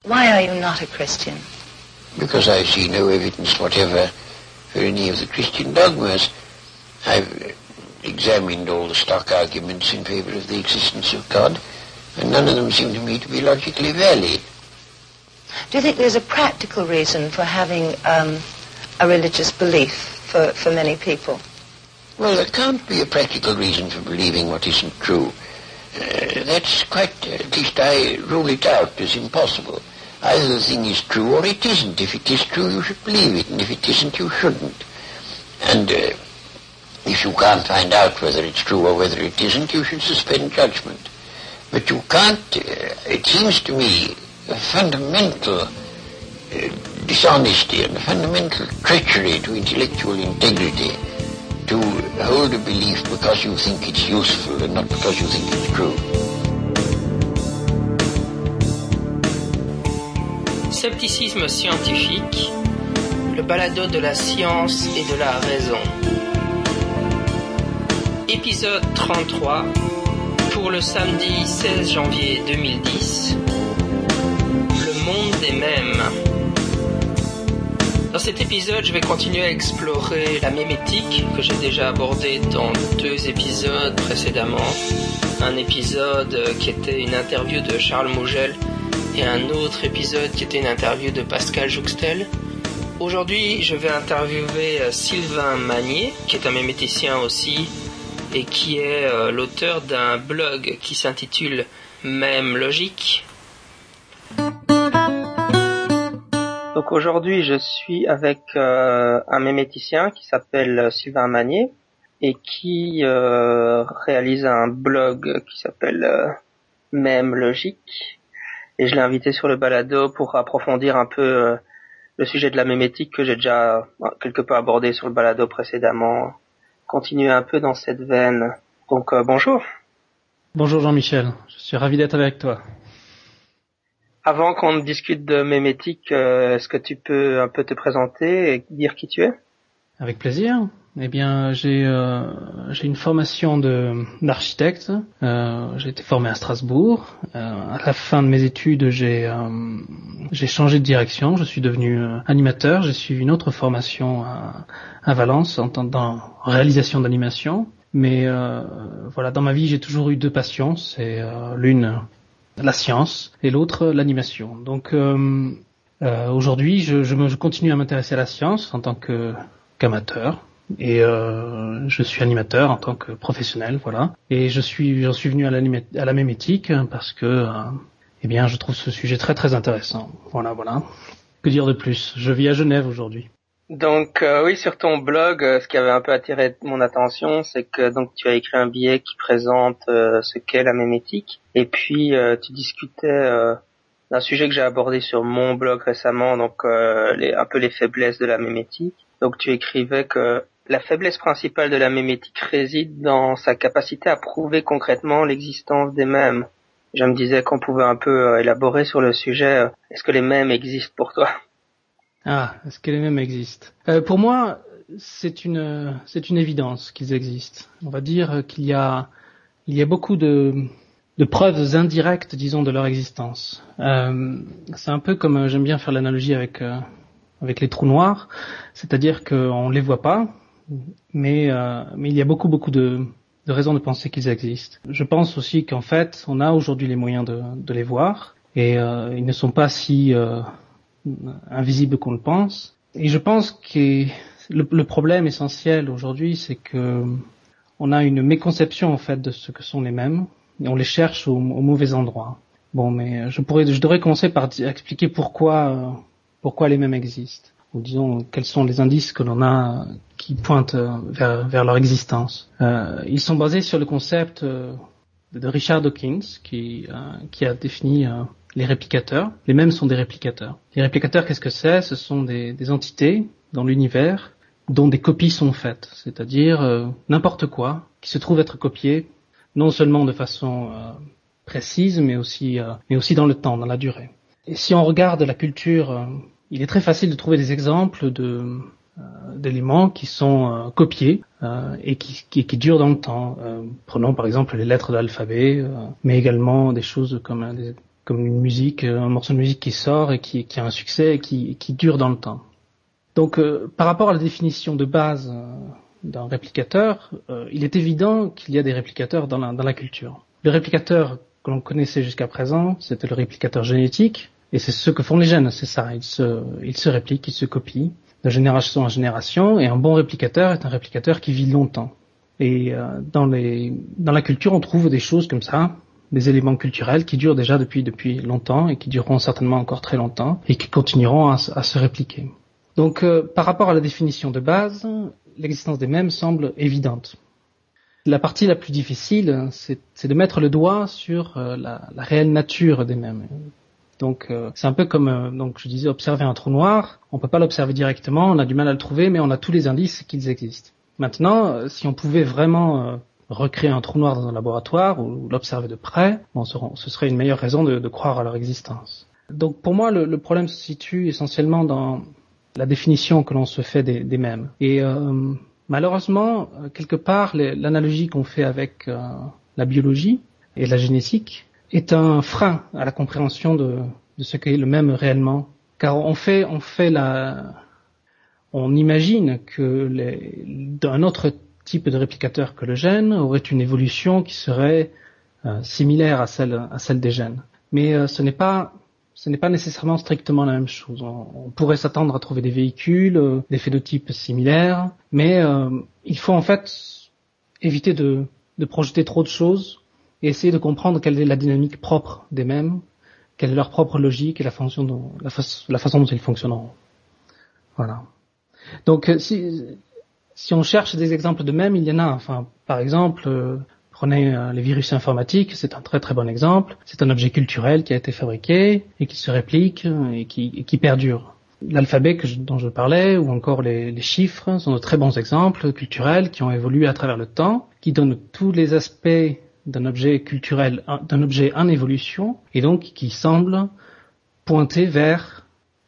Why are you not a Christian? Because I see no evidence whatever for any of the Christian dogmas. I've examined all the stock arguments in favour of the existence of God, and none of them seem to me to be logically valid. Do you think there's a practical reason for having a religious belief for many people? Well, there can't be a practical reason for believing what isn't true. That's quite, at least I rule it out as impossible. Either the thing is true or it isn't. If it is true, you should believe it, and if it isn't, you shouldn't. And if you can't find out whether it's true or whether it isn't, you should suspend judgment. But you can't, it seems to me, a fundamental dishonesty and a fundamental treachery to intellectual integrity to hold a belief because you think it's useful and not because you think it's true. Scepticisme scientifique, le balado de la science et de la raison. Épisode 33 pour le samedi 16 janvier 2010. Le monde des mèmes. Dans cet épisode, je vais continuer à explorer la mémétique que j'ai déjà abordée dans 2 épisodes précédemment. Un épisode qui était une interview de Charles Mougel et un autre épisode qui était une interview de Pascal Jouxtel. Aujourd'hui, je vais interviewer Sylvain Magnier, qui est un méméticien aussi, et qui est l'auteur d'un blog qui s'intitule Mème Logique. Donc aujourd'hui, je suis avec un méméticien qui s'appelle Sylvain Magnier et qui réalise un blog qui s'appelle Mème Logique. Et je l'ai invité sur le balado pour approfondir un peu le sujet de la mémétique que j'ai déjà quelque peu abordé sur le balado précédemment. Continuer un peu dans cette veine. Donc bonjour. Bonjour Jean-Michel, je suis ravi d'être avec toi. Avant qu'on discute de mémétique, est-ce que tu peux un peu te présenter et dire qui tu es ? Avec plaisir. Eh bien, j'ai une formation d'architecte. J'ai été formé à Strasbourg. À la fin de mes études, j'ai changé de direction. Je suis devenu animateur. J'ai suivi une autre formation à Valence en réalisation d'animation. Mais voilà, dans ma vie, j'ai toujours eu 2 passions. C'est l'une la science et l'autre l'animation. Donc aujourd'hui, je continue à m'intéresser à la science en tant qu'amateur. Et je suis animateur en tant que professionnel, voilà. Et j'en suis venu à la mémétique parce que eh bien je trouve ce sujet très très intéressant. Voilà. Que dire de plus ? Je vis à Genève aujourd'hui. Donc oui, sur ton blog, ce qui avait un peu attiré mon attention, c'est que donc tu as écrit un billet qui présente ce qu'est la mémétique, et puis tu discutais d'un sujet que j'ai abordé sur mon blog récemment, donc un peu les faiblesses de la mémétique. Donc tu écrivais que la faiblesse principale de la mémétique réside dans sa capacité à prouver concrètement l'existence des mèmes. Je me disais qu'on pouvait un peu élaborer sur le sujet. Est-ce que les mèmes existent pour toi ? Ah, est-ce que les mèmes existent ? Pour moi, c'est une évidence qu'ils existent. On va dire qu'il y a beaucoup de preuves indirectes, disons, de leur existence. C'est un peu comme, j'aime bien faire l'analogie avec les trous noirs, c'est-à-dire qu'on les voit pas, mais il y a beaucoup de raisons de penser qu'ils existent. Je pense aussi qu'en fait, on a aujourd'hui les moyens de les voir, et ils ne sont pas si invisibles qu'on le pense. Et je pense que le problème essentiel aujourd'hui, c'est que on a une méconception en fait de ce que sont les mèmes, et on les cherche au mauvais endroit. Bon, mais je devrais commencer par expliquer pourquoi les mèmes existent, ou disons quels sont les indices que l'on a qui pointent vers leur existence. Ils sont basés sur le concept de Richard Dawkins qui a défini les réplicateurs. Les mèmes sont des réplicateurs. Les réplicateurs, qu'est-ce que c'est ? Ce sont des entités dans l'univers dont des copies sont faites, c'est-à-dire n'importe quoi qui se trouve être copié, non seulement de façon précise, mais aussi dans le temps, dans la durée. Et si on regarde la culture, il est très facile de trouver des exemples d'éléments qui sont copiés et qui durent dans le temps. Prenons par exemple les lettres de l'alphabet, mais également des choses comme comme une musique, un morceau de musique qui sort et qui a un succès et qui dure dans le temps. Donc, par rapport à la définition de base d'un réplicateur, il est évident qu'il y a des réplicateurs dans la culture. Le réplicateur que l'on connaissait jusqu'à présent, c'était le réplicateur génétique, et c'est ce que font les gènes, c'est ça, ils se répliquent, ils se copient de génération en génération, et un bon réplicateur est un réplicateur qui vit longtemps. Et dans la culture, on trouve des choses comme ça, des éléments culturels qui durent déjà depuis longtemps et qui dureront certainement encore très longtemps et qui continueront à se répliquer. Donc, par rapport à la définition de base, l'existence des mèmes semble évidente. La partie la plus difficile, c'est de mettre le doigt sur la réelle nature des mèmes. Donc, c'est un peu comme, donc je disais, observer un trou noir. On peut pas l'observer directement, on a du mal à le trouver, mais on a tous les indices qu'ils existent. Maintenant, si on pouvait vraiment recréer un trou noir dans un laboratoire ou l'observer de près, ce serait une meilleure raison de croire à leur existence. Donc, pour moi, le problème se situe essentiellement dans la définition que l'on se fait des mèmes. Et malheureusement, quelque part, l'analogie qu'on fait avec la biologie et la génétique est un frein à la compréhension de ce qu'est le mème réellement. Car on imagine que d'un autre type de réplicateur que le gène aurait une évolution qui serait similaire à celle des gènes. Mais ce n'est pas nécessairement strictement la même chose. On pourrait s'attendre à trouver des véhicules, des phénotypes similaires, mais il faut en fait éviter de projeter trop de choses et essayer de comprendre quelle est la dynamique propre des mèmes, quelle est leur propre logique et la façon dont ils fonctionneront. Voilà. Donc si on cherche des exemples de mèmes, il y en a. Enfin, par exemple, prenez les virus informatiques, c'est un très très bon exemple. C'est un objet culturel qui a été fabriqué et qui se réplique et qui perdure. L'alphabet dont je parlais, ou encore les chiffres, sont de très bons exemples culturels qui ont évolué à travers le temps, qui donnent tous les aspects d'un objet culturel, d'un objet en évolution, et donc qui semblent pointer vers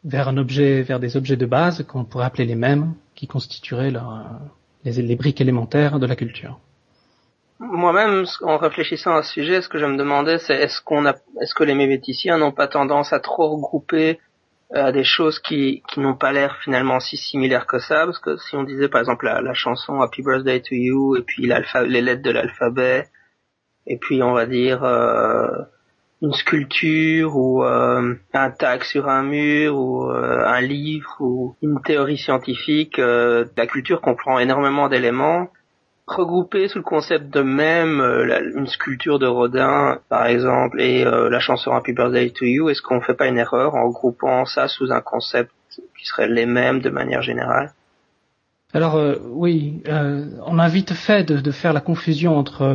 des objets de base qu'on pourrait appeler les mèmes, qui constitueraient les briques élémentaires de la culture. Moi-même, en réfléchissant à ce sujet, ce que je me demandais, c'est est-ce que les méméticiens n'ont pas tendance à trop regrouper des choses qui n'ont pas l'air finalement si similaires que ça, parce que si on disait par exemple la chanson Happy Birthday to You, et puis les lettres de l'alphabet, et puis on va dire une sculpture ou un tag sur un mur ou un livre ou une théorie scientifique, la culture comprend énormément d'éléments. Regrouper sous le concept de mème une sculpture de Rodin par exemple et la chanson Happy Birthday to You, est-ce qu'on fait pas une erreur en regroupant ça sous un concept qui serait les mêmes de manière générale? Alors oui, on a vite fait de faire la confusion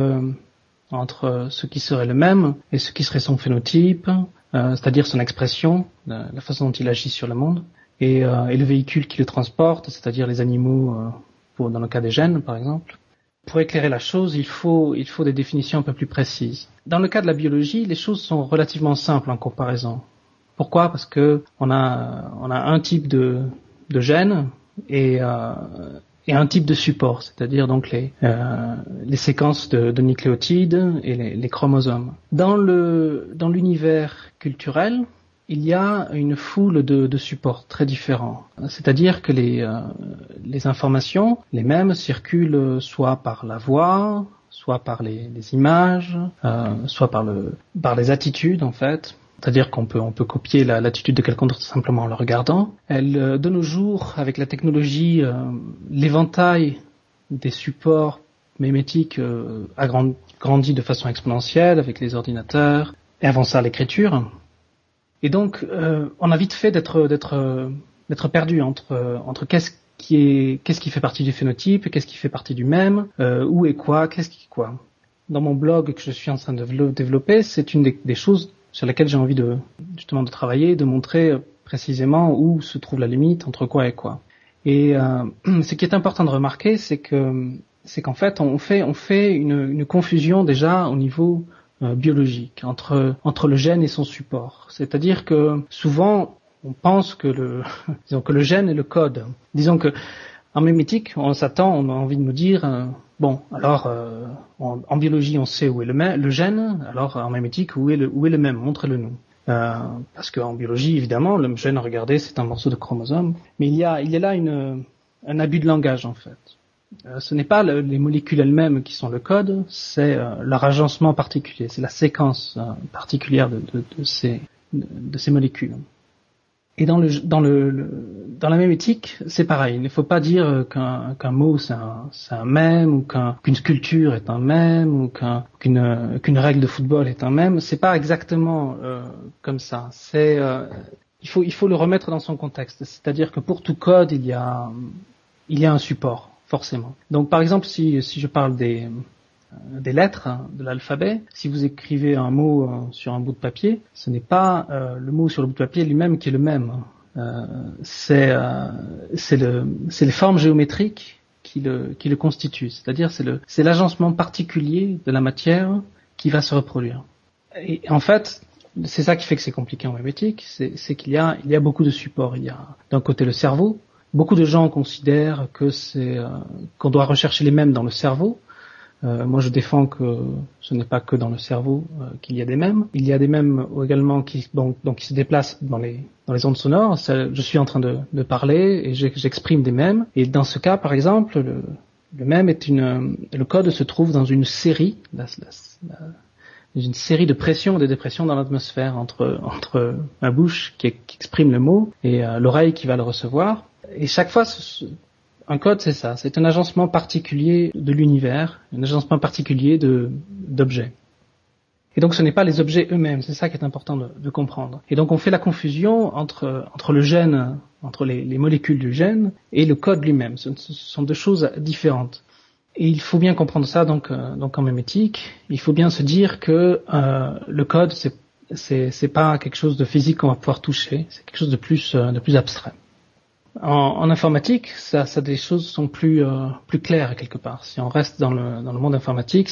entre ce qui serait le mème et ce qui serait son phénotype, c'est-à-dire son expression, la façon dont il agit sur le monde, et le véhicule qui le transporte, c'est-à-dire les animaux, dans le cas des gènes par exemple. Pour éclairer la chose, il faut des définitions un peu plus précises. Dans le cas de la biologie, les choses sont relativement simples en comparaison. Pourquoi? Parce que on a un type de gène et un type de support, c'est-à-dire donc les séquences de nucléotides et les chromosomes. Dans l'univers culturel, il y a une foule de supports très différents. C'est-à-dire que les informations, les mêmes, circulent soit par la voix, soit par les images, soit par les attitudes en fait. C'est-à-dire qu'on peut copier l'attitude de quelqu'un d'autre simplement en le regardant. De nos jours, avec la technologie, l'éventail des supports mémétiques a grandi de façon exponentielle avec les ordinateurs et avant ça l'écriture. Et donc, on a vite fait d'être perdu entre qu'est-ce qui fait partie du phénotype, qu'est-ce qui fait partie du mème, où est quoi, qu'est-ce qui quoi. Dans mon blog que je suis en train de développer, c'est une des choses sur laquelle j'ai envie de travailler, de montrer précisément où se trouve la limite entre quoi et quoi. Et ce qui est important de remarquer, c'est qu'en fait, on fait une confusion déjà au niveau biologique entre le gène et son support. C'est-à-dire que souvent on pense que le gène est le code. Disons que en mémétique, on a envie de nous dire en biologie on sait où est le gène, alors en mémétique où est le mème, montrez-le nous. Parce qu'en biologie, évidemment, le gène regardé, c'est un morceau de chromosome. Mais il y a là un abus de langage, en fait. Ce n'est pas les molécules elles-mêmes qui sont le code, c'est leur agencement particulier, c'est la séquence particulière de ces molécules. Et dans la même éthique, c'est pareil. Il ne faut pas dire qu'un mot c'est un mème, ou qu'une sculpture est un mème, ou qu'une règle de football est un mème. C'est pas exactement comme ça. Il faut le remettre dans son contexte. C'est-à-dire que pour tout code, il y a un support, forcément. Donc par exemple, si je parle des lettres, de l'alphabet, si vous écrivez un mot sur un bout de papier, ce n'est pas le mot sur le bout de papier lui-même qui est le même. C'est les formes géométriques qui le constituent. C'est-à-dire c'est l'agencement particulier de la matière qui va se reproduire. Et en fait, c'est ça qui fait que c'est compliqué en mémétique, c'est qu'il y a beaucoup de supports. Il y a d'un côté le cerveau. Beaucoup de gens considèrent que qu'on doit rechercher les mêmes dans le cerveau. Moi, je défends que ce n'est pas que dans le cerveau qu'il y a des mèmes. Il y a des mèmes également qui se déplacent dans les ondes sonores. Je suis en train de parler et j'exprime des mèmes. Et dans ce cas, par exemple, le mème le code se trouve dans une série, une série de pressions et de dépressions dans l'atmosphère entre ma bouche qui exprime le mot et l'oreille qui va le recevoir. Et chaque fois, un code, c'est ça. C'est un agencement particulier de l'univers, un agencement particulier d'objets. Et donc, ce n'est pas les objets eux-mêmes. C'est ça qui est important de comprendre. Et donc, on fait la confusion entre le gène, entre les molécules du gène et le code lui-même. Ce sont deux choses différentes. Et il faut bien comprendre ça, donc en mémétique. Il faut bien se dire que le code, c'est pas quelque chose de physique qu'on va pouvoir toucher. C'est quelque chose de plus abstrait. En informatique, ça des choses sont plus claires quelque part. Si on reste dans le monde informatique,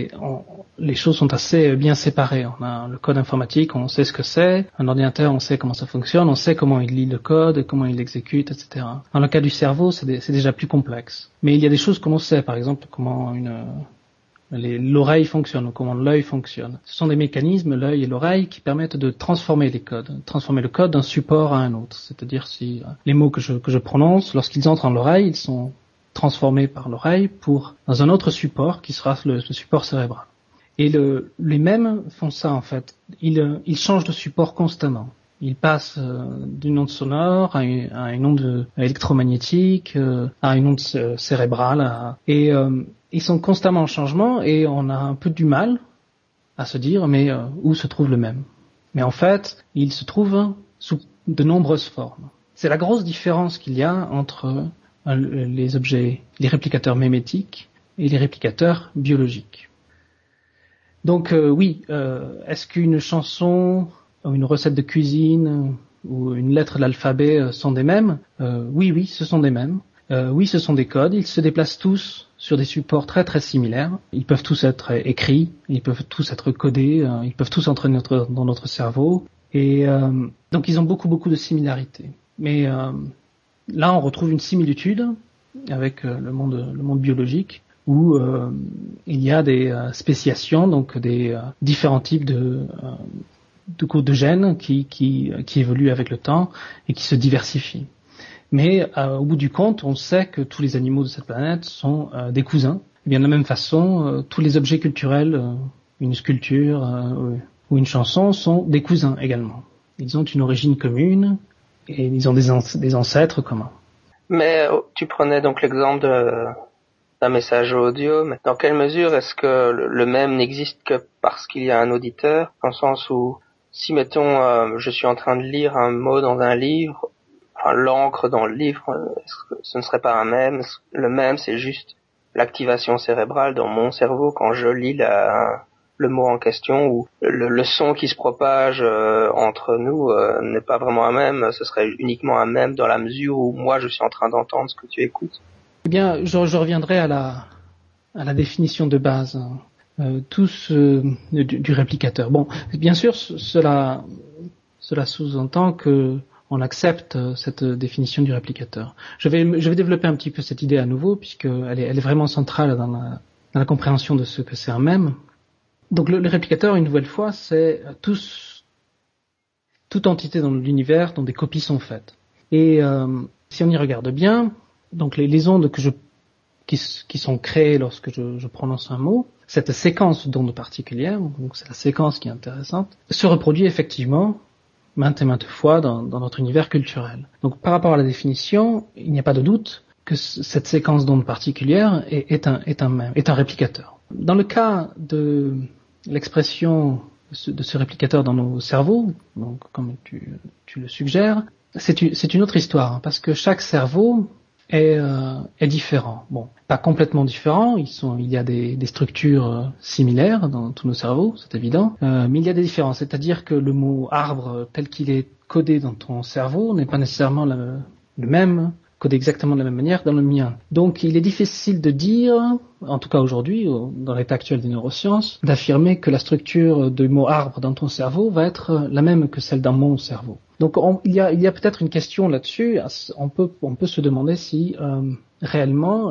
les choses sont assez bien séparées. On a le code informatique, on sait ce que c'est. Un ordinateur, on sait comment ça fonctionne, on sait comment il lit le code, comment il l'exécute, etc. Dans le cas du cerveau, c'est déjà plus complexe. Mais il y a des choses que l'on sait, par exemple, comment l'oreille fonctionne ou comment l'œil fonctionne. Ce sont des mécanismes, l'œil et l'oreille, qui permettent de transformer les codes, transformer le code d'un support à un autre. C'est-à-dire si les mots que je prononce, lorsqu'ils entrent dans l'oreille, ils sont transformés par l'oreille dans un autre support qui sera le support cérébral. Et les mêmes font ça en fait. Ils changent de support constamment. Ils passent d'une onde sonore à une onde électromagnétique, à une onde cérébrale, et ils sont constamment en changement et on a un peu du mal à se dire mais où se trouve le même. Mais en fait, il se trouve sous de nombreuses formes. C'est la grosse différence qu'il y a entre les objets, les réplicateurs mémétiques et les réplicateurs biologiques. Donc oui, est-ce qu'une chanson, une recette de cuisine ou une lettre de l'alphabet sont des mêmes? Oui, ce sont des mêmes. Oui, ce sont des codes. Ils se déplacent tous sur des supports très très similaires. Ils peuvent tous être écrits, ils peuvent tous être codés, ils peuvent tous entrer dans notre cerveau. Et donc ils ont beaucoup de similarités. Mais là, on retrouve une similitude avec le monde biologique où il y a des spéciations, donc des différents types de gènes qui évoluent avec le temps et qui se diversifient. Mais au bout du compte, on sait que tous les animaux de cette planète sont des cousins. Et bien de la même façon, tous les objets culturels, une sculpture ou une chanson, sont des cousins également. Ils ont une origine commune et ils ont des ancêtres communs. Mais tu prenais donc l'exemple d'un message audio, mais dans quelle mesure est-ce que le même n'existe que parce qu'il y a un auditeur, dans le sens où si mettons je suis en train de lire un mot dans un livre, enfin l'encre dans le livre, ce ne serait pas un mème. Le mème, c'est juste l'activation cérébrale dans mon cerveau quand je lis le mot en question, ou le son qui se propage entre nous n'est pas vraiment un mème. Ce serait uniquement un mème dans la mesure où moi je suis en train d'entendre ce que tu écoutes. Eh bien, je reviendrai à la définition de base du réplicateur. Bon, bien sûr, cela sous-entend que on accepte cette définition du réplicateur. Je vais développer un petit peu cette idée à nouveau, puisqu'elle est vraiment centrale dans la compréhension de ce que c'est un mème. Donc le réplicateur, une nouvelle fois, c'est tout toute entité dans l'univers dont des copies sont faites. Et si on y regarde bien, donc les ondes qui sont créées lorsque je prononce un mot, cette séquence d'ondes particulières, donc c'est la séquence qui est intéressante, se reproduit effectivement maintes et maintes fois dans notre univers culturel. Donc par rapport à la définition, il n'y a pas de doute que cette séquence d'ondes particulières est un réplicateur. Dans le cas de l'expression de ce réplicateur dans nos cerveaux, donc comme tu le suggères, c'est une autre histoire, parce que chaque cerveau est différent. Bon, pas complètement différent, il y a des structures similaires dans tous nos cerveaux, c'est évident, mais il y a des différences, c'est-à-dire que le mot arbre tel qu'il est codé dans ton cerveau n'est pas nécessairement le même, codé exactement de la même manière dans le mien. Donc il est difficile de dire, en tout cas aujourd'hui, dans l'état actuel des neurosciences, d'affirmer que la structure du mot arbre dans ton cerveau va être la même que celle dans mon cerveau. Donc il y a peut-être une question là-dessus. On peut se demander si réellement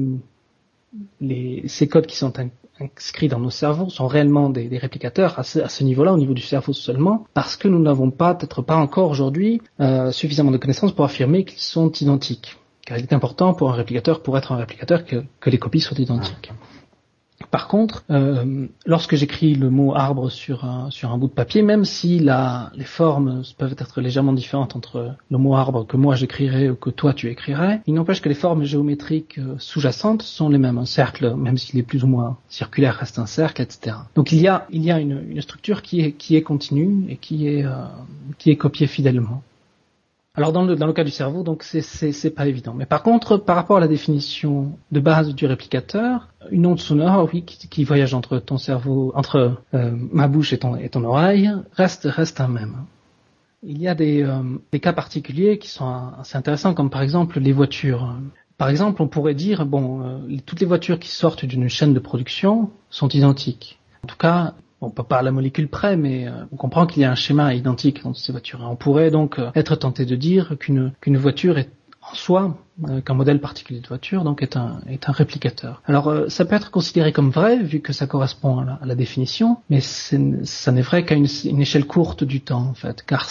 ces codes qui sont inscrits dans nos cerveaux sont réellement des réplicateurs à ce niveau-là, au niveau du cerveau seulement, parce que nous n'avons peut-être pas encore aujourd'hui suffisamment de connaissances pour affirmer qu'ils sont identiques. Car il est important pour un réplicateur, pour être un réplicateur, que les copies soient identiques. Par contre, lorsque j'écris le mot arbre sur un bout de papier, même si les formes peuvent être légèrement différentes entre le mot arbre que moi j'écrirais ou que toi tu écrirais, il n'empêche que les formes géométriques sous-jacentes sont les mêmes. Un cercle, même s'il est plus ou moins circulaire, reste un cercle, etc. Donc il y a une structure qui est continue et qui est copiée fidèlement. Alors dans le cas du cerveau, donc c'est pas évident. Mais par contre, par rapport à la définition de base du réplicateur, une onde sonore, oui, qui voyage entre ton cerveau, entre ma bouche et ton oreille, reste un même. Il y a des cas particuliers qui sont assez intéressants, comme par exemple les voitures. Par exemple, on pourrait dire toutes les voitures qui sortent d'une chaîne de production sont identiques. En tout cas, on peut pas à la molécule près, mais on comprend qu'il y a un schéma identique dans ces voitures. Et on pourrait donc être tenté de dire qu'une voiture est en soi, qu'un modèle particulier de voiture, donc est un réplicateur. Alors ça peut être considéré comme vrai, vu que ça correspond à la définition, mais ça n'est vrai qu'à une échelle courte du temps, en fait, car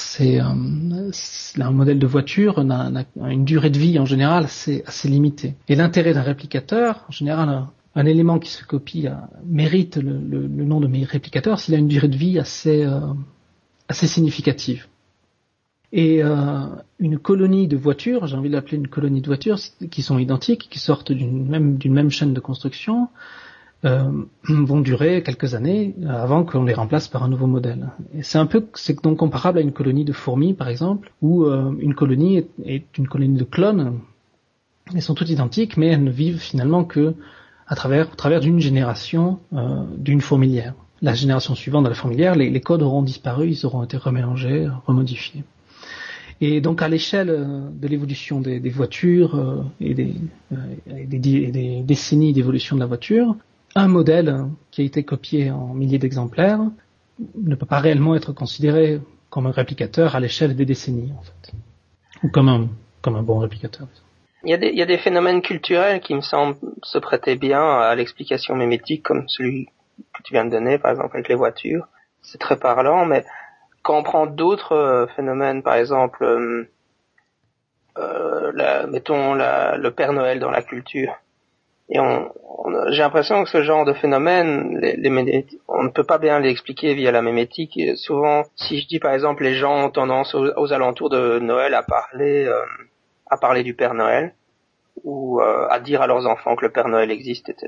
un modèle de voiture a une durée de vie en général assez limitée. Et l'intérêt d'un réplicateur, en général, un élément qui se copie mérite le nom de réplicateur s'il a une durée de vie assez significative. Et une colonie de voitures, j'ai envie de l'appeler une colonie de voitures, qui sont identiques, qui sortent d'une même chaîne de construction, vont durer quelques années avant qu'on les remplace par un nouveau modèle. Et c'est donc comparable à une colonie de fourmis, par exemple, où une colonie est une colonie de clones. Elles sont toutes identiques, mais elles ne vivent finalement que au travers d'une génération d'une fourmilière. La génération suivante de la fourmilière, les codes auront disparu, ils auront été remélangés, remodifiés. Et donc à l'échelle de l'évolution des voitures et des décennies d'évolution de la voiture, un modèle qui a été copié en milliers d'exemplaires ne peut pas réellement être considéré comme un réplicateur à l'échelle des décennies, en fait, ou comme un bon réplicateur. Il y a des phénomènes culturels qui me semblent se prêter bien à l'explication mémétique, comme celui que tu viens de donner, par exemple avec les voitures. C'est très parlant, mais quand on prend d'autres phénomènes, par exemple, mettons le Père Noël dans la culture, et j'ai l'impression que ce genre de phénomène, on ne peut pas bien l'expliquer via la mémétique. Et souvent, si je dis par exemple, les gens ont tendance aux alentours de Noël à parler du Père Noël, ou à dire à leurs enfants que le Père Noël existe, etc.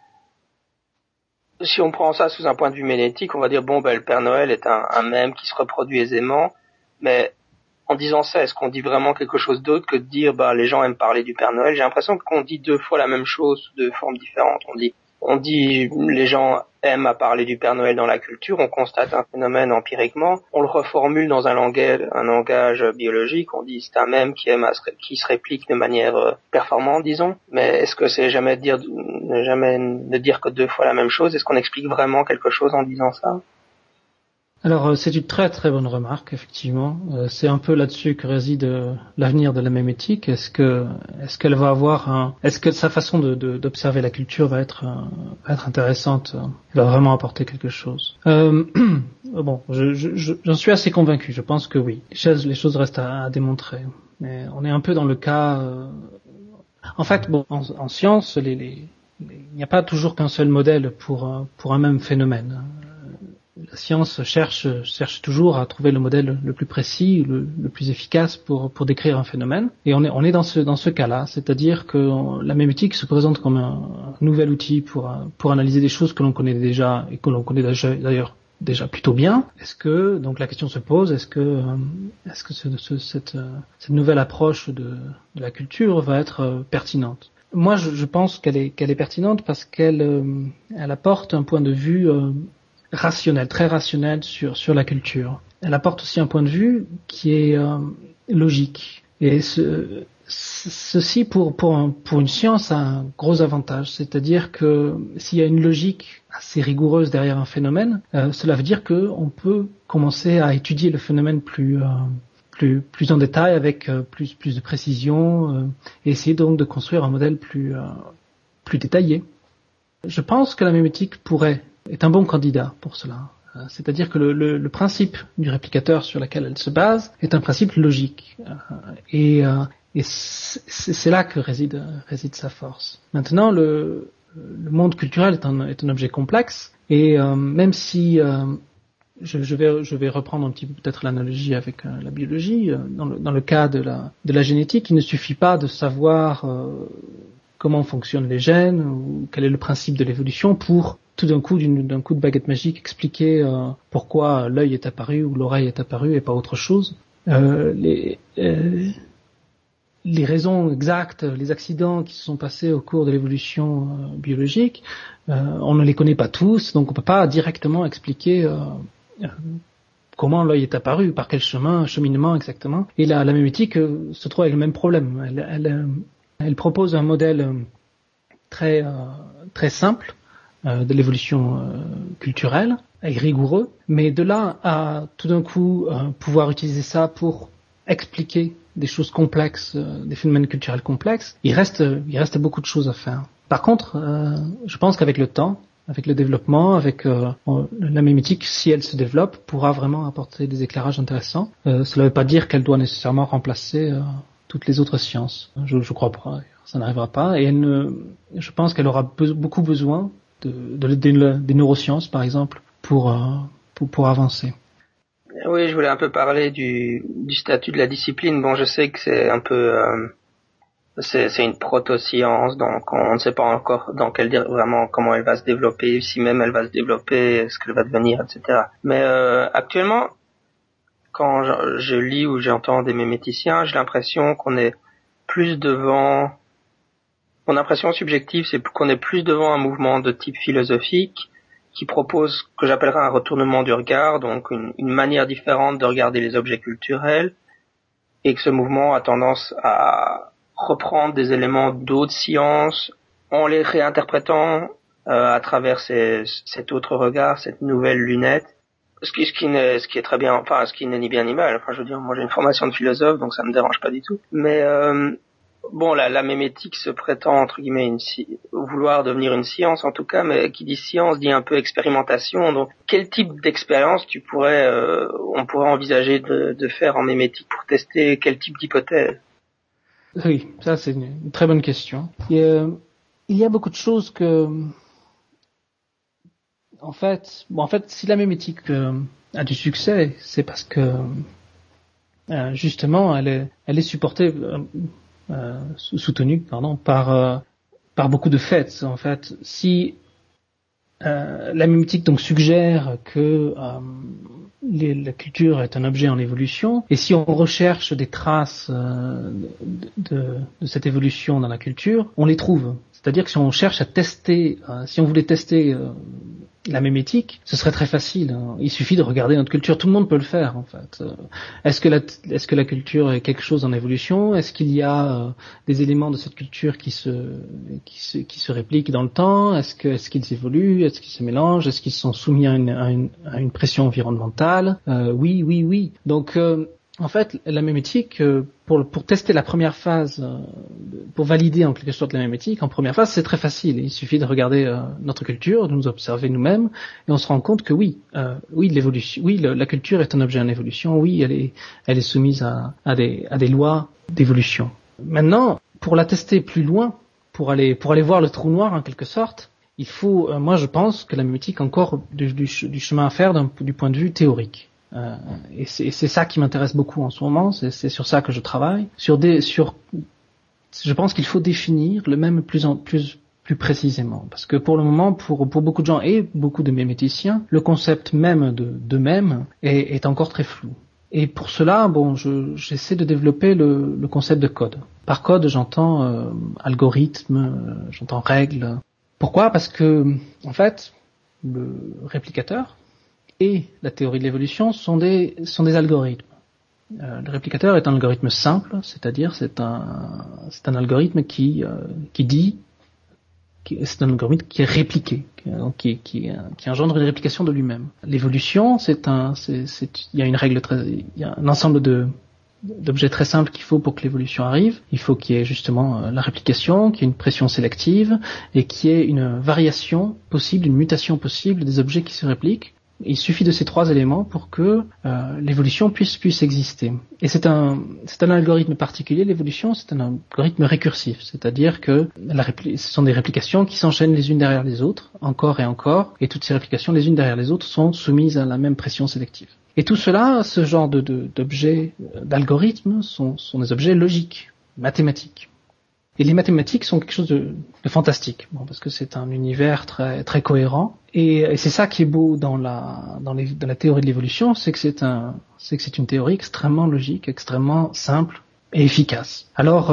Si on prend ça sous un point de vue mémétique, on va dire le Père Noël est un mème qui se reproduit aisément, mais en disant ça, est-ce qu'on dit vraiment quelque chose d'autre que de dire les gens aiment parler du Père Noël? J'ai l'impression qu'on dit deux fois la même chose sous deux formes différentes. On dit les gens aiment à parler du Père Noël dans la culture, on constate un phénomène empiriquement, on le reformule dans un langage biologique, on dit c'est un mème qui se réplique de manière performante, disons, mais est-ce que c'est jamais ne dire que deux fois la même chose? Est-ce qu'on explique vraiment quelque chose en disant ça? Alors c'est une très très bonne remarque, effectivement. C'est un peu là-dessus que réside l'avenir de la mémétique. Est-ce qu'elle va avoir est-ce que sa façon d'observer la culture va être intéressante, elle va vraiment apporter quelque chose. Bon, j'en suis assez convaincu. Je pense que oui. Les choses restent à démontrer. Mais on est un peu dans le cas. En fait, bon, en science, il n'y a pas toujours qu'un seul modèle pour un même phénomène. La science cherche toujours à trouver le modèle le plus précis, le plus efficace pour décrire un phénomène. Et on est dans ce cas-là, c'est-à-dire que la mémétique se présente comme un nouvel outil pour analyser des choses que l'on connaît déjà et que l'on connaît d'ailleurs déjà plutôt bien. Donc la question se pose, est-ce que cette nouvelle approche de la culture va être pertinente? Moi, je pense qu'elle est pertinente parce qu'elle apporte un point de vue rationnel, très rationnel sur la culture. Elle apporte aussi un point de vue qui est logique. Et ceci pour une science a un gros avantage, c'est-à-dire que s'il y a une logique assez rigoureuse derrière un phénomène, cela veut dire que on peut commencer à étudier le phénomène plus en détail avec plus de précision et essayer donc de construire un modèle plus détaillé. Je pense que la mémétique est un bon candidat pour cela. C'est-à-dire que le principe du réplicateur sur lequel elle se base est un principe logique. Et c'est là que réside sa force. Maintenant, le monde culturel est un objet complexe et même si je vais reprendre un petit peu peut-être l'analogie avec la biologie, dans le cas de la génétique, il ne suffit pas de savoir comment fonctionnent les gènes ou quel est le principe de l'évolution pour tout d'un coup de baguette magique expliquer pourquoi l'œil est apparu ou l'oreille est apparue et pas autre chose. Les raisons exactes, les accidents qui se sont passés au cours de l'évolution biologique, on ne les connaît pas tous, donc on peut pas directement expliquer comment l'œil est apparu, par quel cheminement exactement. Et la mémétique se trouve avec le même problème. Elle propose un modèle très simple de l'évolution culturelle et rigoureux, mais de là à tout d'un coup pouvoir utiliser ça pour expliquer des choses complexes, des phénomènes culturels complexes, il reste beaucoup de choses à faire. Par contre, je pense qu'avec le temps, avec le développement, avec la mémétique, si elle se développe, pourra vraiment apporter des éclairages intéressants. Cela ne veut pas dire qu'elle doit nécessairement remplacer toutes les autres sciences. Je crois pas, ça n'arrivera pas. Et je pense qu'elle aura beaucoup besoin des neurosciences, par exemple, pour avancer. Oui, je voulais un peu parler du statut de la discipline. Bon, je sais que c'est un peu c'est une proto-science, donc on ne sait pas encore vraiment comment elle va se développer, si même elle va se développer, ce qu'elle va devenir, etc. Mais actuellement, quand je lis ou j'entends des méméticiens, j'ai l'impression qu'on est plus devant. Mon impression subjective, c'est qu'on est plus devant un mouvement de type philosophique qui propose ce que j'appellerais un retournement du regard, donc une manière différente de regarder les objets culturels, et que ce mouvement a tendance à reprendre des éléments d'autres sciences en les réinterprétant à travers cet autre regard, cette nouvelle lunette. Ce qui est très bien, enfin, ce qui n'est ni bien ni mal. Enfin, je veux dire, moi j'ai une formation de philosophe, donc ça me dérange pas du tout. Mais bon, la mémétique se prétend entre guillemets vouloir devenir une science en tout cas, mais qui dit science dit un peu expérimentation. Donc, quel type d'expérience on pourrait envisager de faire en mémétique pour tester quel type d'hypothèse? Oui, ça c'est une très bonne question. Il y a beaucoup de choses que, en fait, si la mémétique a du succès, c'est parce que justement elle est supportée, soutenue, par beaucoup de faits. En fait, si la mémétique donc suggère que la culture est un objet en évolution, et si on recherche des traces de cette évolution dans la culture, on les trouve. C'est-à-dire que si on cherche à tester, si on voulait tester la mémétique, ce serait très facile. Il suffit de regarder notre culture. Tout le monde peut le faire, en fait. Est-ce que la culture est quelque chose en évolution? Est-ce qu'il y a des éléments de cette culture qui se répliquent dans le temps? Est-ce qu'ils évoluent? Est-ce qu'ils se mélangent? Est-ce qu'ils sont soumis à une pression environnementale? Oui. Donc, en fait, la mémétique, pour tester la première phase, pour valider en quelque sorte la mémétique, en première phase, c'est très facile. Il suffit de regarder notre culture, de nous observer nous-mêmes, et on se rend compte que l'évolution, la culture est un objet en évolution. Oui, elle est soumise à des lois d'évolution. Maintenant, pour la tester plus loin, pour aller voir le trou noir en quelque sorte, il faut, moi je pense que la mémétique a encore du chemin à faire du point de vue théorique. Et c'est ça qui m'intéresse beaucoup en ce moment, c'est sur ça que je travaille. Je pense qu'il faut définir le même plus précisément, parce que pour le moment, pour beaucoup de gens et beaucoup de méméticiens, le concept même de mème est encore très flou. Et pour cela, j'essaie de développer le concept de code. Par code, j'entends algorithme, j'entends règles. Pourquoi? Parce que en fait, le réplicateur et la théorie de l'évolution sont des algorithmes. Le réplicateur est un algorithme simple, c'est-à-dire c'est un algorithme qui c'est un algorithme qui est répliqué, qui engendre une réplication de lui-même. L'évolution, il y a une règle il y a un ensemble d'objets très simples qu'il faut pour que l'évolution arrive. Il faut qu'il y ait justement la réplication, qu'il y ait une pression sélective et qu'il y ait une variation possible, une mutation possible des objets qui se répliquent. Il suffit de ces trois éléments pour que l'évolution puisse exister. Et c'est un algorithme particulier, l'évolution, c'est un algorithme récursif, c'est-à-dire que ce sont des réplications qui s'enchaînent les unes derrière les autres, encore et encore, et toutes ces réplications les unes derrière les autres sont soumises à la même pression sélective. Et tout cela, ce genre d'objets, d'algorithmes, sont des objets logiques, mathématiques. Et les mathématiques sont quelque chose de fantastique, parce que c'est un univers très très cohérent. Et c'est ça qui est beau dans la théorie de l'évolution, c'est que c'est une théorie extrêmement logique, extrêmement simple et efficace. Alors,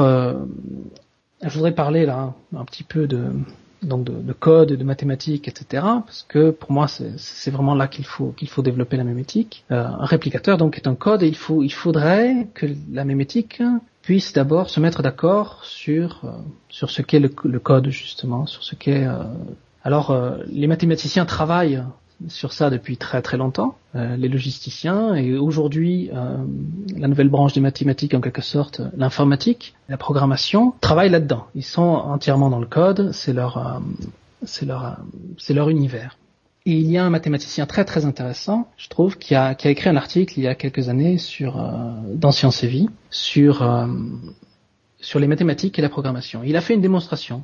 je voudrais parler là un petit peu de code, de mathématiques, etc. Parce que pour moi, c'est vraiment là qu'il faut développer la mémétique. Un réplicateur donc est un code et il faudrait que la mémétique puisse d'abord se mettre d'accord sur ce qu'est le code justement, sur ce qu'est. Alors les mathématiciens travaillent sur ça depuis très très longtemps, les logisticiens, et aujourd'hui la nouvelle branche des mathématiques, en quelque sorte l'informatique, la programmation, travaillent là-dedans. Ils sont entièrement dans le code, c'est leur univers. Et il y a un mathématicien très très intéressant, je trouve, qui a écrit un article il y a quelques années dans Science et Vie sur les mathématiques et la programmation. Il a fait une démonstration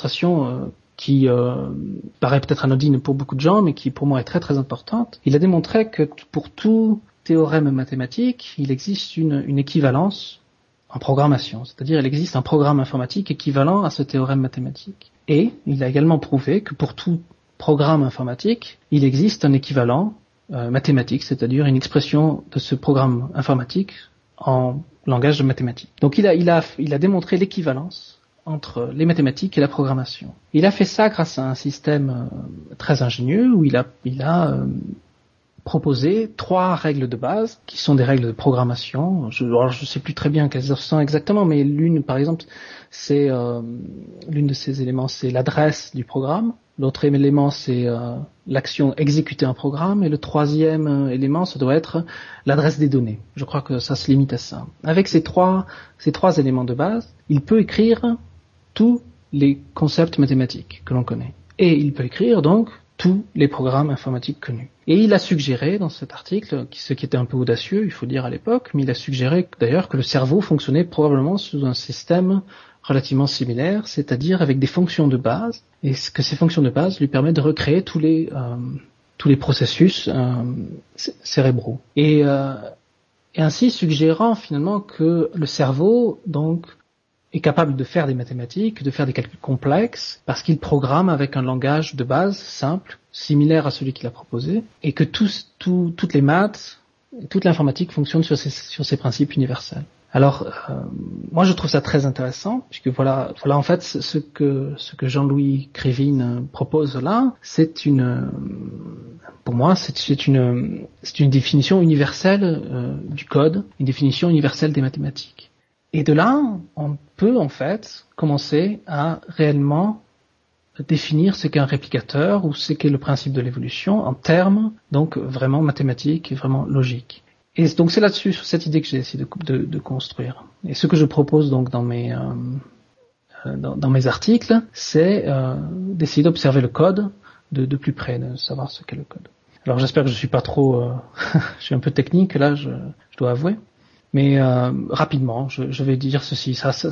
qui paraît peut-être anodine pour beaucoup de gens, mais qui pour moi est très très importante. Il a démontré que pour tout théorème mathématique, il existe une équivalence en programmation, c'est-à-dire il existe un programme informatique équivalent à ce théorème mathématique. Et il a également prouvé que pour tout programme informatique, il existe un équivalent mathématique, c'est-à-dire une expression de ce programme informatique en langage de mathématiques. Donc il a démontré l'équivalence entre les mathématiques et la programmation. Il a fait ça grâce à un système très ingénieux où il a proposé 3 règles de base qui sont des règles de programmation. Alors je sais plus très bien quelles sont exactement, mais l'une, par exemple, c'est l'une de ces éléments, c'est l'adresse du programme. L'autre élément, c'est l'action exécuter un programme, et le troisième élément, ça doit être l'adresse des données. Je crois que ça se limite à ça. Avec ces trois éléments de base, il peut écrire tous les concepts mathématiques que l'on connaît. Et il peut écrire donc tous les programmes informatiques connus. Et il a suggéré dans cet article, ce qui était un peu audacieux, il faut dire à l'époque, mais il a suggéré d'ailleurs que le cerveau fonctionnait probablement sous un système relativement similaire, c'est-à-dire avec des fonctions de base, et que ces fonctions de base lui permettent de recréer tous les processus cérébraux. Et ainsi suggérant finalement que le cerveau donc est capable de faire des mathématiques, de faire des calculs complexes, parce qu'il programme avec un langage de base simple, similaire à celui qu'il a proposé, et que toutes les maths, toute l'informatique fonctionne sur ces principes universels. Alors, moi je trouve ça très intéressant, puisque voilà en fait ce que Jean-Louis Krivine propose là, pour moi c'est une définition universelle du code, une définition universelle des mathématiques. Et de là, on peut en fait commencer à réellement définir ce qu'est un réplicateur ou ce qu'est le principe de l'évolution en termes donc vraiment mathématiques et vraiment logiques. Et donc c'est là-dessus, sur cette idée que j'ai essayé de construire. Et ce que je propose donc dans mes articles, c'est d'essayer d'observer le code de plus près, de savoir ce qu'est le code. Alors j'espère que je suis pas trop, je suis un peu technique là, je dois avouer. Mais rapidement, je vais dire ceci.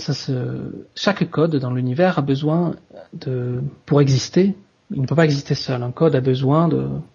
Chaque code dans l'univers a besoin pour exister. Il ne peut pas exister seul. Un code a besoin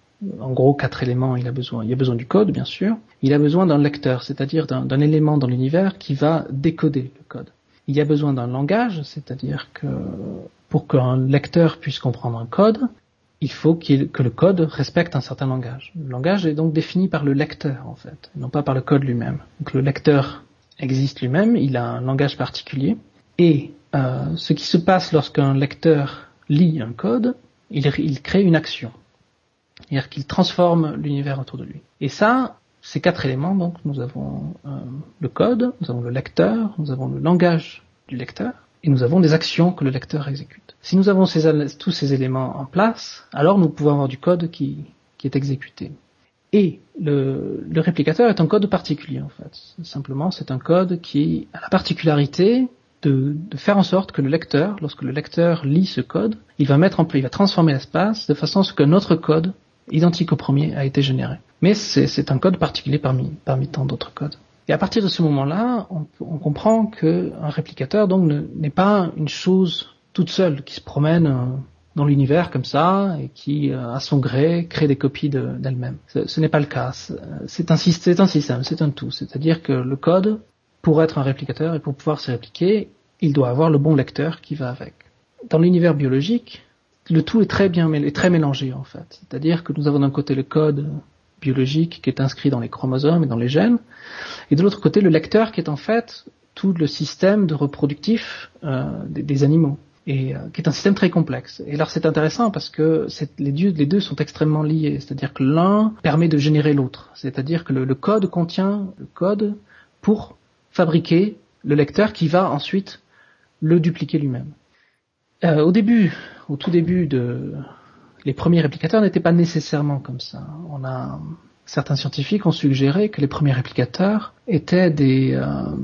en gros, 4 éléments. Il y a besoin du code, bien sûr. Il a besoin d'un lecteur, c'est-à-dire d'un élément dans l'univers qui va décoder le code. Il y a besoin d'un langage, c'est-à-dire que pour qu'un lecteur puisse comprendre un code, il faut que le code respecte un certain langage. Le langage est donc défini par le lecteur, en fait, non pas par le code lui-même. Donc le lecteur existe lui-même, il a un langage particulier. Et ce qui se passe lorsqu'un lecteur lit un code, il crée une action. C'est-à-dire qu'il transforme l'univers autour de lui. Et ça, ces 4 éléments, donc nous avons le code, nous avons le lecteur, nous avons le langage du lecteur, et nous avons des actions que le lecteur exécute. Si nous avons tous ces éléments en place, alors nous pouvons avoir du code qui est exécuté. Et le réplicateur est un code particulier, en fait. Simplement, c'est un code qui a la particularité de faire en sorte que le lecteur, lorsque le lecteur lit ce code, il va transformer l'espace de façon à ce qu'un autre code identique au premier a été généré. Mais c'est un code particulier parmi tant d'autres codes. Et à partir de ce moment-là, on comprend qu'un réplicateur donc n'est pas une chose toute seule qui se promène dans l'univers comme ça et qui, à son gré, crée des copies d'elle-même. Ce n'est pas le cas. C'est un système, c'est un tout. C'est-à-dire que le code, pour être un réplicateur et pour pouvoir se répliquer, il doit avoir le bon lecteur qui va avec. Dans l'univers biologique, le tout est très mélangé en fait. C'est-à-dire que nous avons d'un côté le code biologique qui est inscrit dans les chromosomes et dans les gènes, et de l'autre côté le lecteur qui est en fait tout le système de reproductif des animaux, et qui est un système très complexe. Et alors c'est intéressant parce que les deux sont extrêmement liés, c'est-à-dire que l'un permet de générer l'autre, c'est-à-dire que le code contient le code pour fabriquer le lecteur qui va ensuite le dupliquer lui-même. Au tout début les premiers réplicateurs n'étaient pas nécessairement comme ça. Certains scientifiques ont suggéré que les premiers réplicateurs étaient des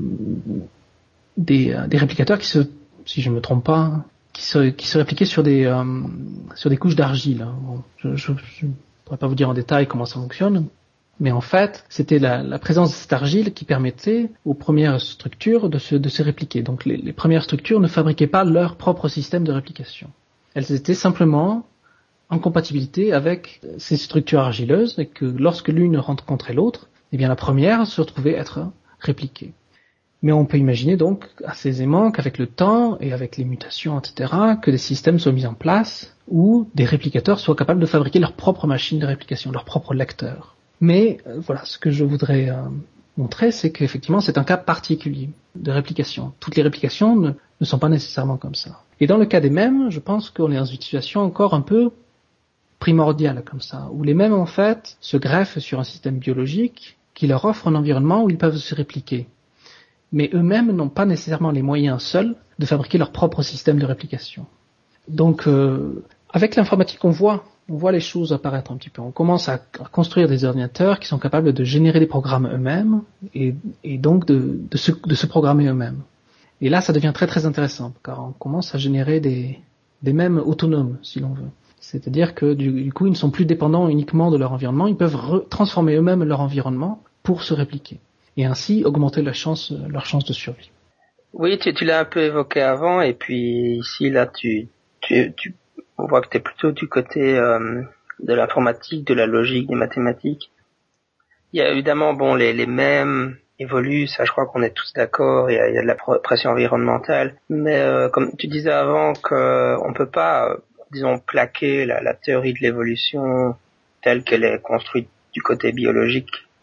réplicateurs si je me trompe pas, qui se répliquaient sur des couches d'argile. Bon, je ne pourrais pas vous dire en détail comment ça fonctionne, mais en fait, c'était la présence de cette argile qui permettait aux premières structures de se répliquer. Donc les premières structures ne fabriquaient pas leur propre système de réplication. Elles étaient simplement en compatibilité avec ces structures argileuses, et que lorsque l'une rencontrait l'autre, eh bien la première se retrouvait être répliquée. Mais on peut imaginer donc assez aisément qu'avec le temps et avec les mutations, etc., que des systèmes soient mis en place où des réplicateurs soient capables de fabriquer leur propre machine de réplication, leur propre lecteur. Mais voilà, ce que je voudrais montrer, c'est qu'effectivement c'est un cas particulier de réplication. Toutes les réplications ne sont pas nécessairement comme ça. Et dans le cas des mèmes, je pense qu'on est dans une situation encore un peu primordiale comme ça, où les mèmes en fait se greffent sur un système biologique qui leur offre un environnement où ils peuvent se répliquer. Mais eux-mêmes n'ont pas nécessairement les moyens seuls de fabriquer leur propre système de réplication. Donc avec l'informatique on voit les choses apparaître un petit peu. On commence à construire des ordinateurs qui sont capables de générer des programmes eux-mêmes et donc de se programmer eux-mêmes. Et là, ça devient très très intéressant, car on commence à générer des mèmes autonomes, si l'on veut. C'est-à-dire que du coup, ils ne sont plus dépendants uniquement de leur environnement, ils peuvent transformer eux-mêmes leur environnement pour se répliquer, et ainsi augmenter leur chance de survie. Oui, tu l'as un peu évoqué avant, et puis ici, là, on voit que tu es plutôt du côté de l'informatique, de la logique, des mathématiques. Il y a évidemment, les mèmes évoluent, ça je crois qu'on est tous d'accord, il y a de la pression environnementale, mais comme tu disais avant qu'on peut pas, disons, plaquer la théorie de l'évolution telle qu'elle est construite du côté biologique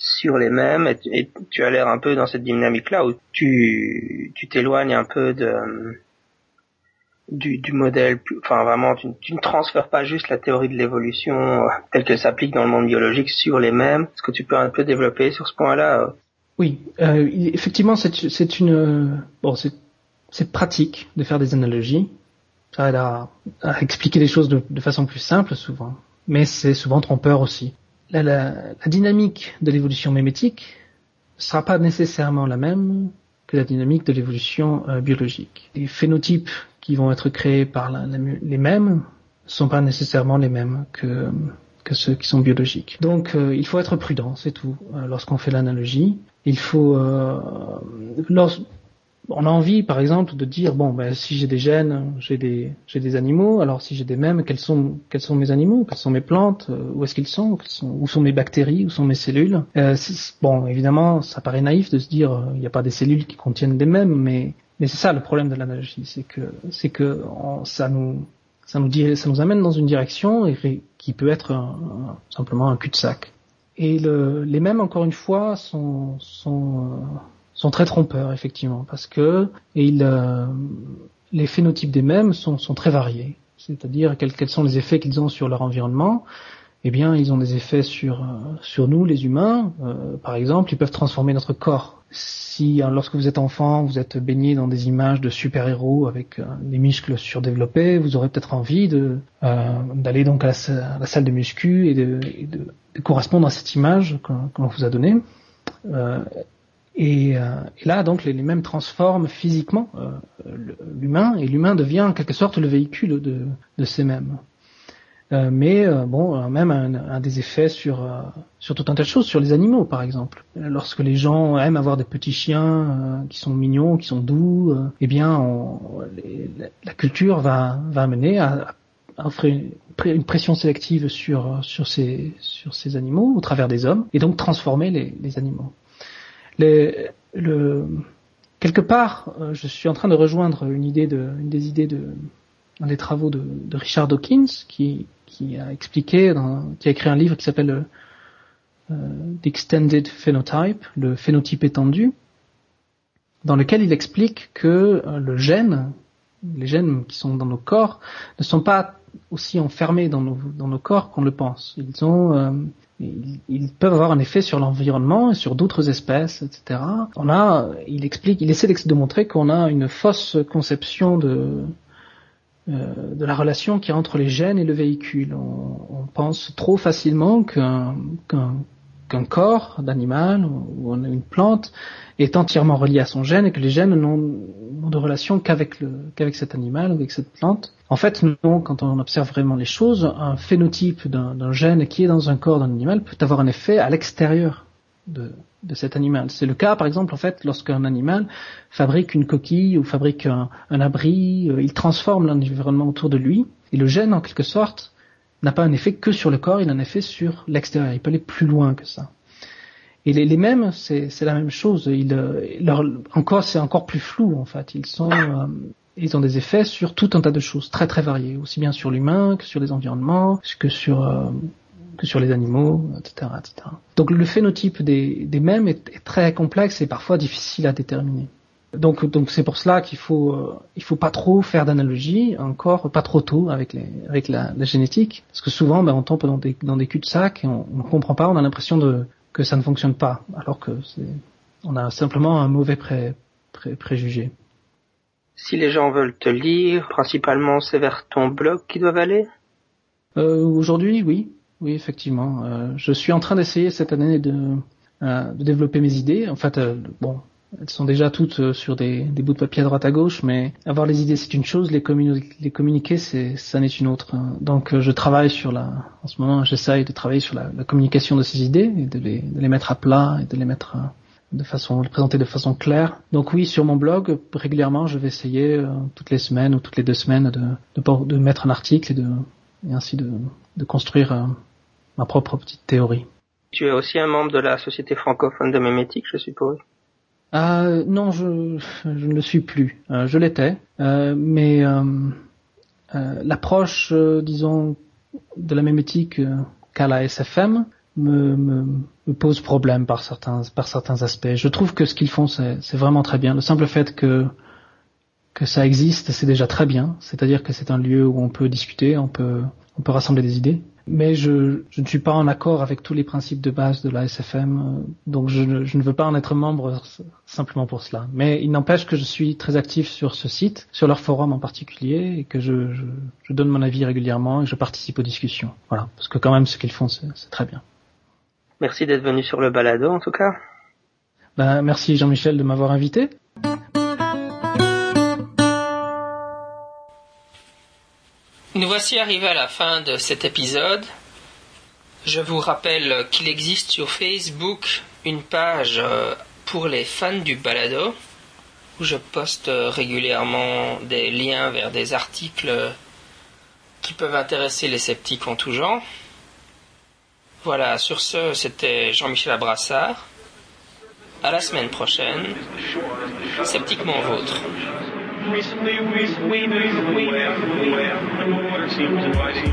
sur les mêmes, et tu as l'air un peu dans cette dynamique-là où tu t'éloignes un peu du modèle, enfin vraiment, tu ne transfères pas juste la théorie de l'évolution telle qu'elle s'applique dans le monde biologique sur les mêmes. Est-ce que tu peux un peu développer sur ce point-là? Oui, effectivement, c'est pratique de faire des analogies. Ça aide à expliquer les choses de façon plus simple souvent, mais c'est souvent trompeur aussi. La dynamique de l'évolution mémétique ne sera pas nécessairement la même que la dynamique de l'évolution biologique. Les phénotypes qui vont être créés par les mêmes ne sont pas nécessairement les mêmes que ceux qui sont biologiques. Donc il faut être prudent, c'est tout. Lorsqu'on fait l'analogie, il faut on a envie, par exemple, de dire si j'ai des gènes, j'ai des animaux. Alors si j'ai des mèmes, quels sont mes animaux, quelles sont mes plantes, où est-ce qu'ils sont, où sont mes bactéries, où sont mes cellules. Évidemment, ça paraît naïf de se dire il n'y a pas des cellules qui contiennent des mèmes, mais c'est ça le problème de l'analogie, c'est que ça nous amène dans une direction qui peut être simplement un cul-de-sac. Et les mèmes, encore une fois, sont très trompeurs, effectivement, parce que les phénotypes des mèmes sont très variés. C'est-à-dire quels sont les effets qu'ils ont sur leur environnement. Eh bien, ils ont des effets sur nous, les humains. Par exemple, ils peuvent transformer notre corps. Si, lorsque vous êtes enfant, vous êtes baigné dans des images de super-héros avec des muscles surdéveloppés, vous aurez peut-être envie d'aller donc à la salle de muscu et de correspondre à cette image qu'on vous a donnée. Et là, donc, les mêmes transforment physiquement l'humain, et l'humain devient en quelque sorte le véhicule de ces mêmes. Même un des effets sur tout un tas de choses, sur les animaux, par exemple. Lorsque les gens aiment avoir des petits chiens qui sont mignons, qui sont doux, la culture va amener à offrir une pression sélective sur ces animaux au travers des hommes, et donc transformer les animaux. Quelque part, je suis en train de rejoindre un des travaux de Richard Dawkins, qui a expliqué, qui a écrit un livre qui s'appelle The Extended Phenotype, le phénotype étendu, dans lequel il explique que les gènes qui sont dans nos corps ne sont pas aussi enfermés dans nos corps qu'on le pense. Ils peuvent avoir un effet sur l'environnement et sur d'autres espèces, etc. Il essaie de montrer qu'on a une fausse conception de la relation qui est entre les gènes et le véhicule. On pense trop facilement qu'un corps d'animal ou une plante est entièrement relié à son gène et que les gènes n'ont de relation qu'avec cet animal ou avec cette plante. En fait, non, quand on observe vraiment les choses, un phénotype d'un gène qui est dans un corps d'un animal peut avoir un effet à l'extérieur de cet animal. C'est le cas, par exemple, en fait, lorsqu'un animal fabrique une coquille ou fabrique un abri, il transforme l'environnement autour de lui, et le gène, en quelque sorte, n'a pas un effet que sur le corps, il a un effet sur l'extérieur. Il peut aller plus loin que ça. Et les mêmes, c'est la même chose. C'est encore plus flou, en fait. Ils ont des effets sur tout un tas de choses très très variées, aussi bien sur l'humain que sur les environnements, que sur les animaux, etc., etc. Donc le phénotype des mêmes est très complexe et parfois difficile à déterminer. Donc c'est pour cela qu'il faut pas trop faire d'analogie, encore pas trop tôt avec la génétique, parce que souvent on tombe dans des cul-de-sac et on ne comprend pas, on a l'impression que ça ne fonctionne pas, alors que on a simplement un mauvais préjugé. Si les gens veulent te lire, principalement c'est vers ton blog qu'ils doivent aller? Aujourd'hui, oui, effectivement. Je suis en train d'essayer cette année de développer mes idées. En fait, elles sont déjà toutes sur des bouts de papier à droite à gauche, mais avoir les idées c'est une chose, les communiquer ça n'est une autre. Donc je travaille en ce moment j'essaye de travailler sur la communication de ces idées et de les mettre à plat et de les mettre de les présenter de façon claire. Donc oui, sur mon blog, régulièrement, je vais essayer toutes les semaines ou toutes les 2 semaines de mettre un article et ainsi de construire ma propre petite théorie. Tu es aussi un membre de la Société francophone de mémétique, je suppose? Non, je ne le suis plus. Je l'étais, mais l'approche, disons, de la mémétique qu'a la SFM me pose problème par certains aspects. Je trouve que ce qu'ils font, c'est vraiment très bien. Le simple fait que ça existe, c'est déjà très bien. C'est-à-dire que c'est un lieu où on peut discuter, on peut rassembler des idées. Mais je ne suis pas en accord avec tous les principes de base de la SFM, donc je ne veux pas en être membre simplement pour cela. Mais il n'empêche que je suis très actif sur ce site, sur leur forum en particulier, et que je donne mon avis régulièrement et je participe aux discussions. Voilà, parce que quand même ce qu'ils font, c'est très bien. Merci d'être venu sur le balado, en tout cas. Merci Jean-Michel de m'avoir invité. Nous voici arrivés à la fin de cet épisode. Je vous rappelle qu'il existe sur Facebook une page pour les fans du balado où je poste régulièrement des liens vers des articles qui peuvent intéresser les sceptiques en tout genre. Voilà, sur ce, c'était Jean-Michel Abrassard. À la semaine prochaine. Sceptiquement vôtre. Recently seems inviting.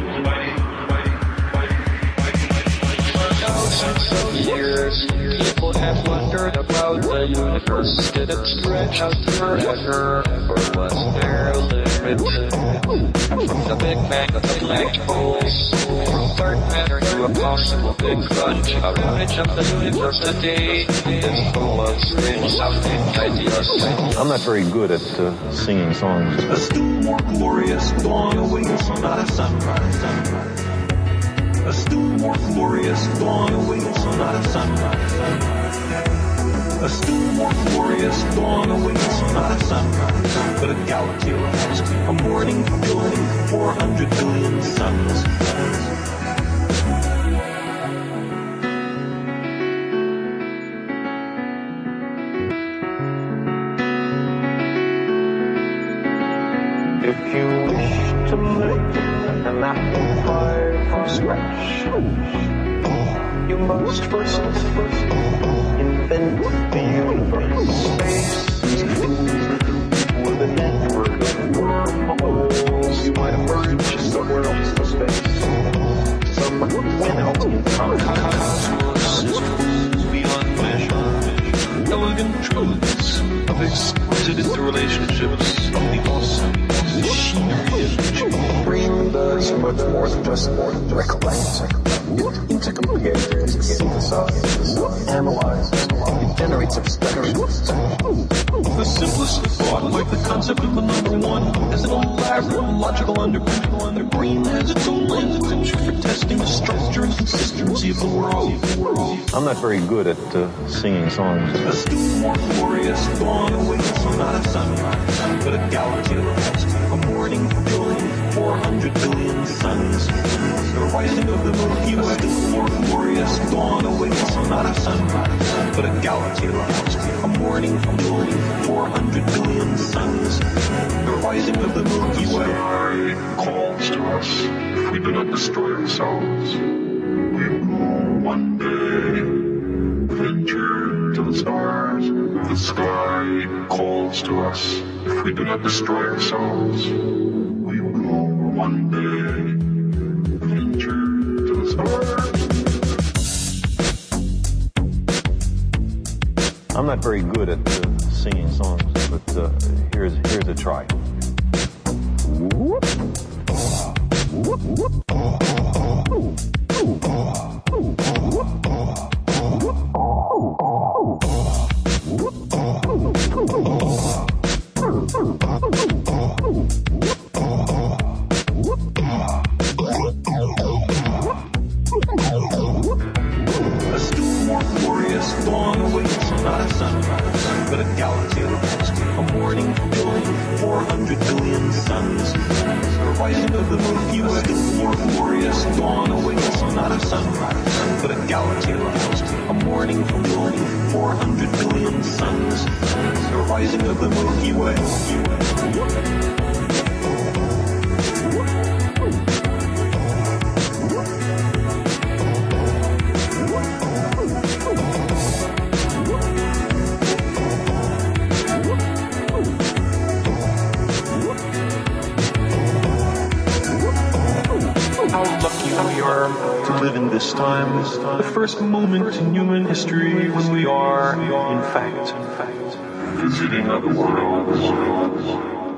Years, people have wondered about the universe. Did it stretch out forever, or was there a limit? From the Big Bang of the black holes, from dark matter to a possible Big Crunch, our image of the universe today is full of strange sounding ideas. I'm not very good at singing songs. A still more glorious dawn awaits, not a sunrise. A still more glorious dawn awaits, not a sunrise. A still more glorious dawn awaits, not a sunrise, but a galaxy rise, a morning filled with 400 billion suns. If you wish to make an apple pie from scratch, you must first invent the universe. Space is filled with a network of wormholes. You might emerge somewhere else in space. Some went out in time. Cosmos is full beyond measure. Elegant truths of exquisite interrelationships of the awesome machinery of nature. Brain does much more than just recollect. It intercommunicates, synthesizes, analyzes, it generates abstractions. The simplest thought, like the concept of the number one, has an elaborate logical underpinning. The brain has its own language for testing the structure and consistency of the world. I'm not very good at singing songs. A still more glorious dawn awaits, not a sunrise, but a galaxy rise, a morning filled with 400 billion suns. The rising of the Milky Way. A still more glorious dawn awaits, not a sunrise, but a galaxy rise, a morning filled with 400 billion suns. The rising of the Milky Way. The sky calls to us. If we do not destroy ourselves, we will one day venture to the stars. The sky calls to us. If we do not destroy ourselves, we will one day venture to the stars. I'm not very good at singing songs, but here's a try. A still more glorious dawn awaits, not a sunrise, but a galaxy rise, a morning filled with 400 billion suns. The rising of the Milky Way. A still more glorious dawn awaits, not a sunrise, but a galaxy rise, a morning filled with 400 billion suns. The rising of the Milky Way. How lucky we are to live in this time, the first moment in human history when we are, in fact, visiting other worlds.